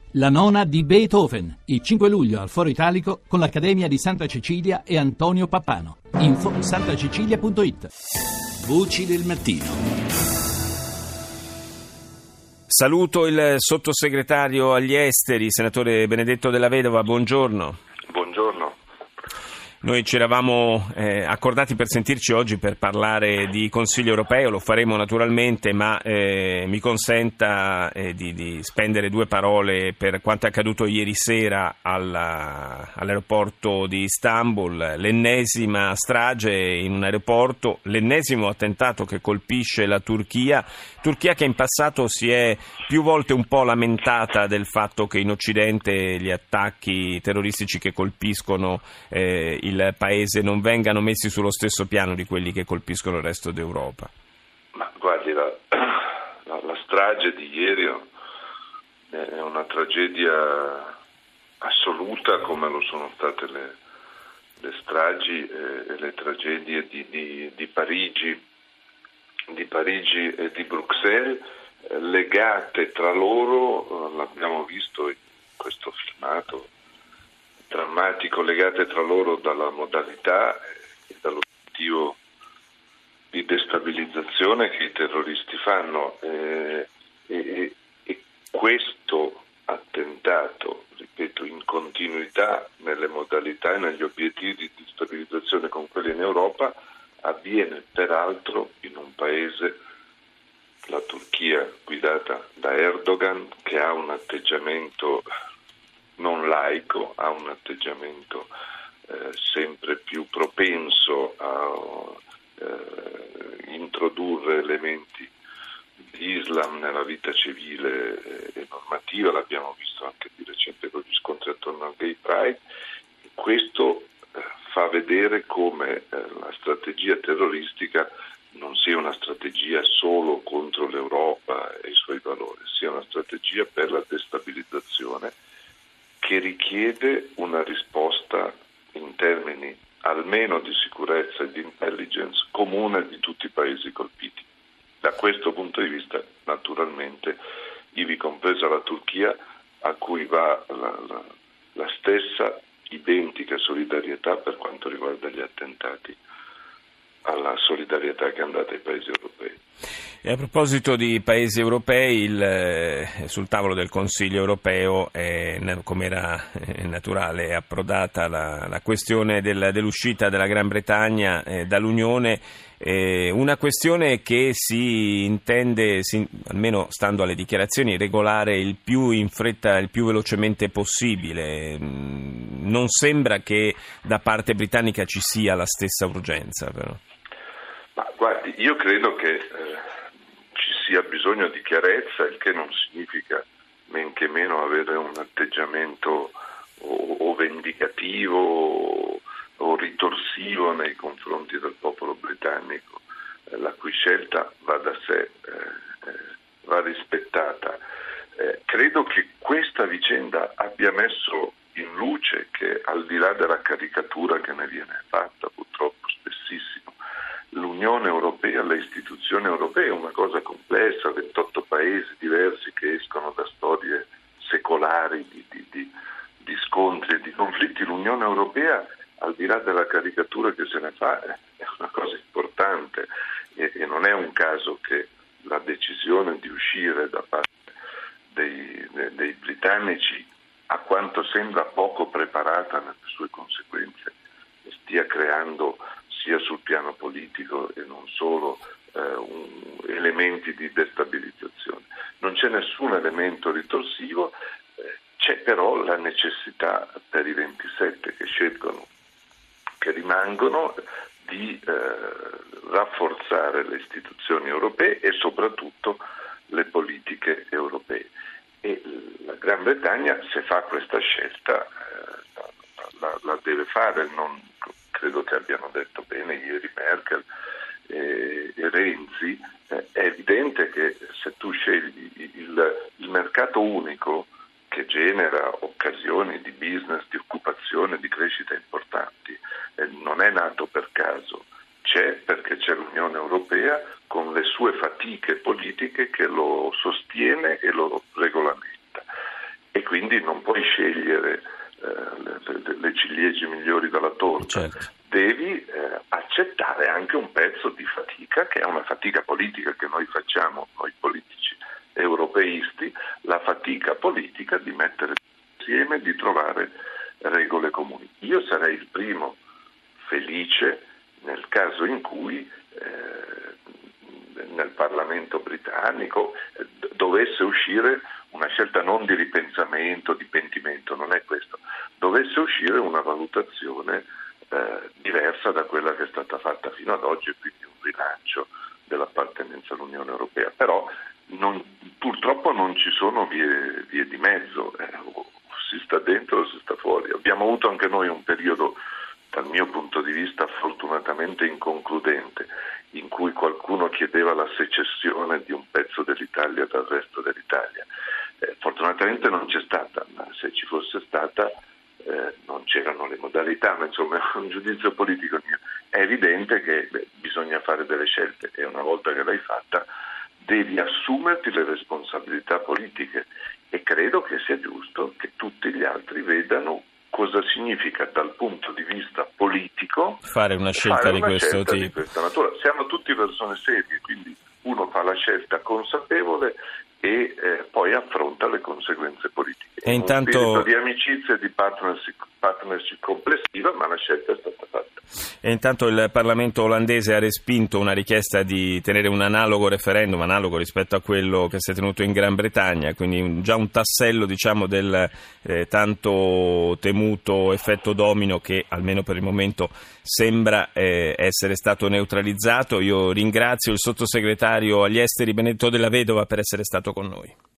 La nona di Beethoven, il 5 luglio al Foro Italico con l'Accademia di Santa Cecilia e Antonio Pappano. Info santacecilia.it. Voci del mattino. Saluto il sottosegretario agli esteri, senatore Benedetto Della Vedova, buongiorno. Buongiorno. Noi ci eravamo accordati per sentirci oggi per parlare di Consiglio europeo, lo faremo naturalmente, ma mi consenta di spendere due parole per quanto è accaduto ieri sera all'aeroporto di Istanbul, l'ennesima strage in un aeroporto, l'ennesimo attentato che colpisce la Turchia che in passato si è più volte un po' lamentata del fatto che in Occidente gli attacchi terroristici che colpiscono il paese non vengano messi sullo stesso piano di quelli che colpiscono il resto d'Europa. Ma guardi, la strage di ieri è una tragedia assoluta, come lo sono state le stragi e le tragedie di Parigi e di Bruxelles, legate tra loro, l'abbiamo visto in questo filmato drammatico, legate tra loro dalla modalità e dall'obiettivo di destabilizzazione che i terroristi fanno, e questo attentato, ripeto, in continuità nelle modalità e negli obiettivi di destabilizzazione con quelli in Europa, avviene peraltro in un paese, la Turchia, guidata da Erdogan, che ha un atteggiamento non laico, ha un atteggiamento sempre più propenso a introdurre elementi di Islam nella vita civile e normativa, l'abbiamo visto anche di recente con gli scontri attorno al Gay Pride. Questo fa vedere come la strategia terroristica non sia una strategia solo contro l'Europa e i suoi valori, sia una strategia per la destabilizzazione che richiede una risposta in termini almeno di sicurezza e di intelligence comune di tutti i paesi colpiti. Da questo punto di vista, naturalmente, ivi compresa la Turchia, a cui va la stessa identica solidarietà per quanto riguarda gli attentati, alla solidarietà che è andata ai paesi europei. E a proposito di paesi europei, sul tavolo del Consiglio europeo, come era naturale, è approdata la questione dell'uscita della Gran Bretagna dall'Unione, una questione che si intende, almeno stando alle dichiarazioni, regolare il più in fretta, il più velocemente possibile. Non sembra che da parte britannica ci sia la stessa urgenza, però. Ma guardi, io credo che ci sia bisogno di chiarezza, il che non significa men che meno avere un atteggiamento o vendicativo o ritorsivo nei confronti del popolo britannico, la cui scelta va da sé, va rispettata. Credo che questa vicenda abbia messo in luce che, al di là della caricatura che ne viene fatta purtroppo spessissimo, l'Unione Europea, le istituzioni europee è una cosa complessa, 28 paesi diversi che escono da storie secolari di scontri e di conflitti. L'Unione Europea, al di là della caricatura che se ne fa, è una cosa importante e non è un caso che la decisione di uscire da parte dei britannici, a quanto sembra poco preparata nelle sue conseguenze, stia creando sia sul piano politico e non solo elementi di destabilizzazione. Non c'è nessun elemento ritorsivo, c'è però la necessità per i 27 che scelgono, che rimangono, di rafforzare le istituzioni europee e soprattutto le politiche europee. E la Gran Bretagna, se fa questa scelta, la deve fare. Non credo che abbiano detto bene ieri Merkel e Renzi. È evidente che se tu scegli il mercato unico, che genera occasioni di business, di occupazione, di crescita importanti, non è nato per caso, c'è perché c'è l'Unione Europea con le sue fatiche politiche che lo sostiene e lo regolamenta. E quindi quindi non puoi scegliere le ciliegie migliori dalla torta. Certo. Devi accettare anche un pezzo di fatica, che è una fatica politica che noi facciamo, noi politici europeisti, la fatica politica di mettere insieme, di trovare regole comuni. Io sarei il primo felice nel caso in cui nel Parlamento britannico dovesse uscire una scelta non di ripensamento, di pentimento, non è questo, dovesse uscire una valutazione diversa da quella che è stata fatta fino ad oggi, quindi un rilancio dell'appartenenza all'Unione Europea. Però purtroppo non ci sono vie di mezzo, si sta dentro o si sta fuori. Abbiamo avuto anche noi un periodo, dal mio punto di vista, fortunatamente inconcludente, in cui qualcuno chiedeva la secessione di un pezzo dell'Italia dal resto dell'Italia. Fortunatamente non c'è stata, ma se ci fosse stata non c'erano le modalità, ma insomma è un giudizio politico mio. È evidente che bisogna fare delle scelte e una volta che l'hai fatta devi assumerti le responsabilità politiche, e credo che sia giusto che tutti gli altri vedano cosa significa dal punto di vista politico fare una scelta di questo tipo. Di questa natura. Siamo tutti persone serie, quindi uno fa la scelta consapevole e poi affronta le conseguenze politiche. E intanto un spirito di amicizia e di partnership complessiva, ma la scelta è stata fatta. E intanto il Parlamento olandese ha respinto una richiesta di tenere un analogo referendum, analogo rispetto a quello che si è tenuto in Gran Bretagna, quindi già un tassello, diciamo, del tanto temuto effetto domino che almeno per il momento sembra essere stato neutralizzato. Io ringrazio il sottosegretario agli esteri Benedetto Della Vedova per essere stato con noi.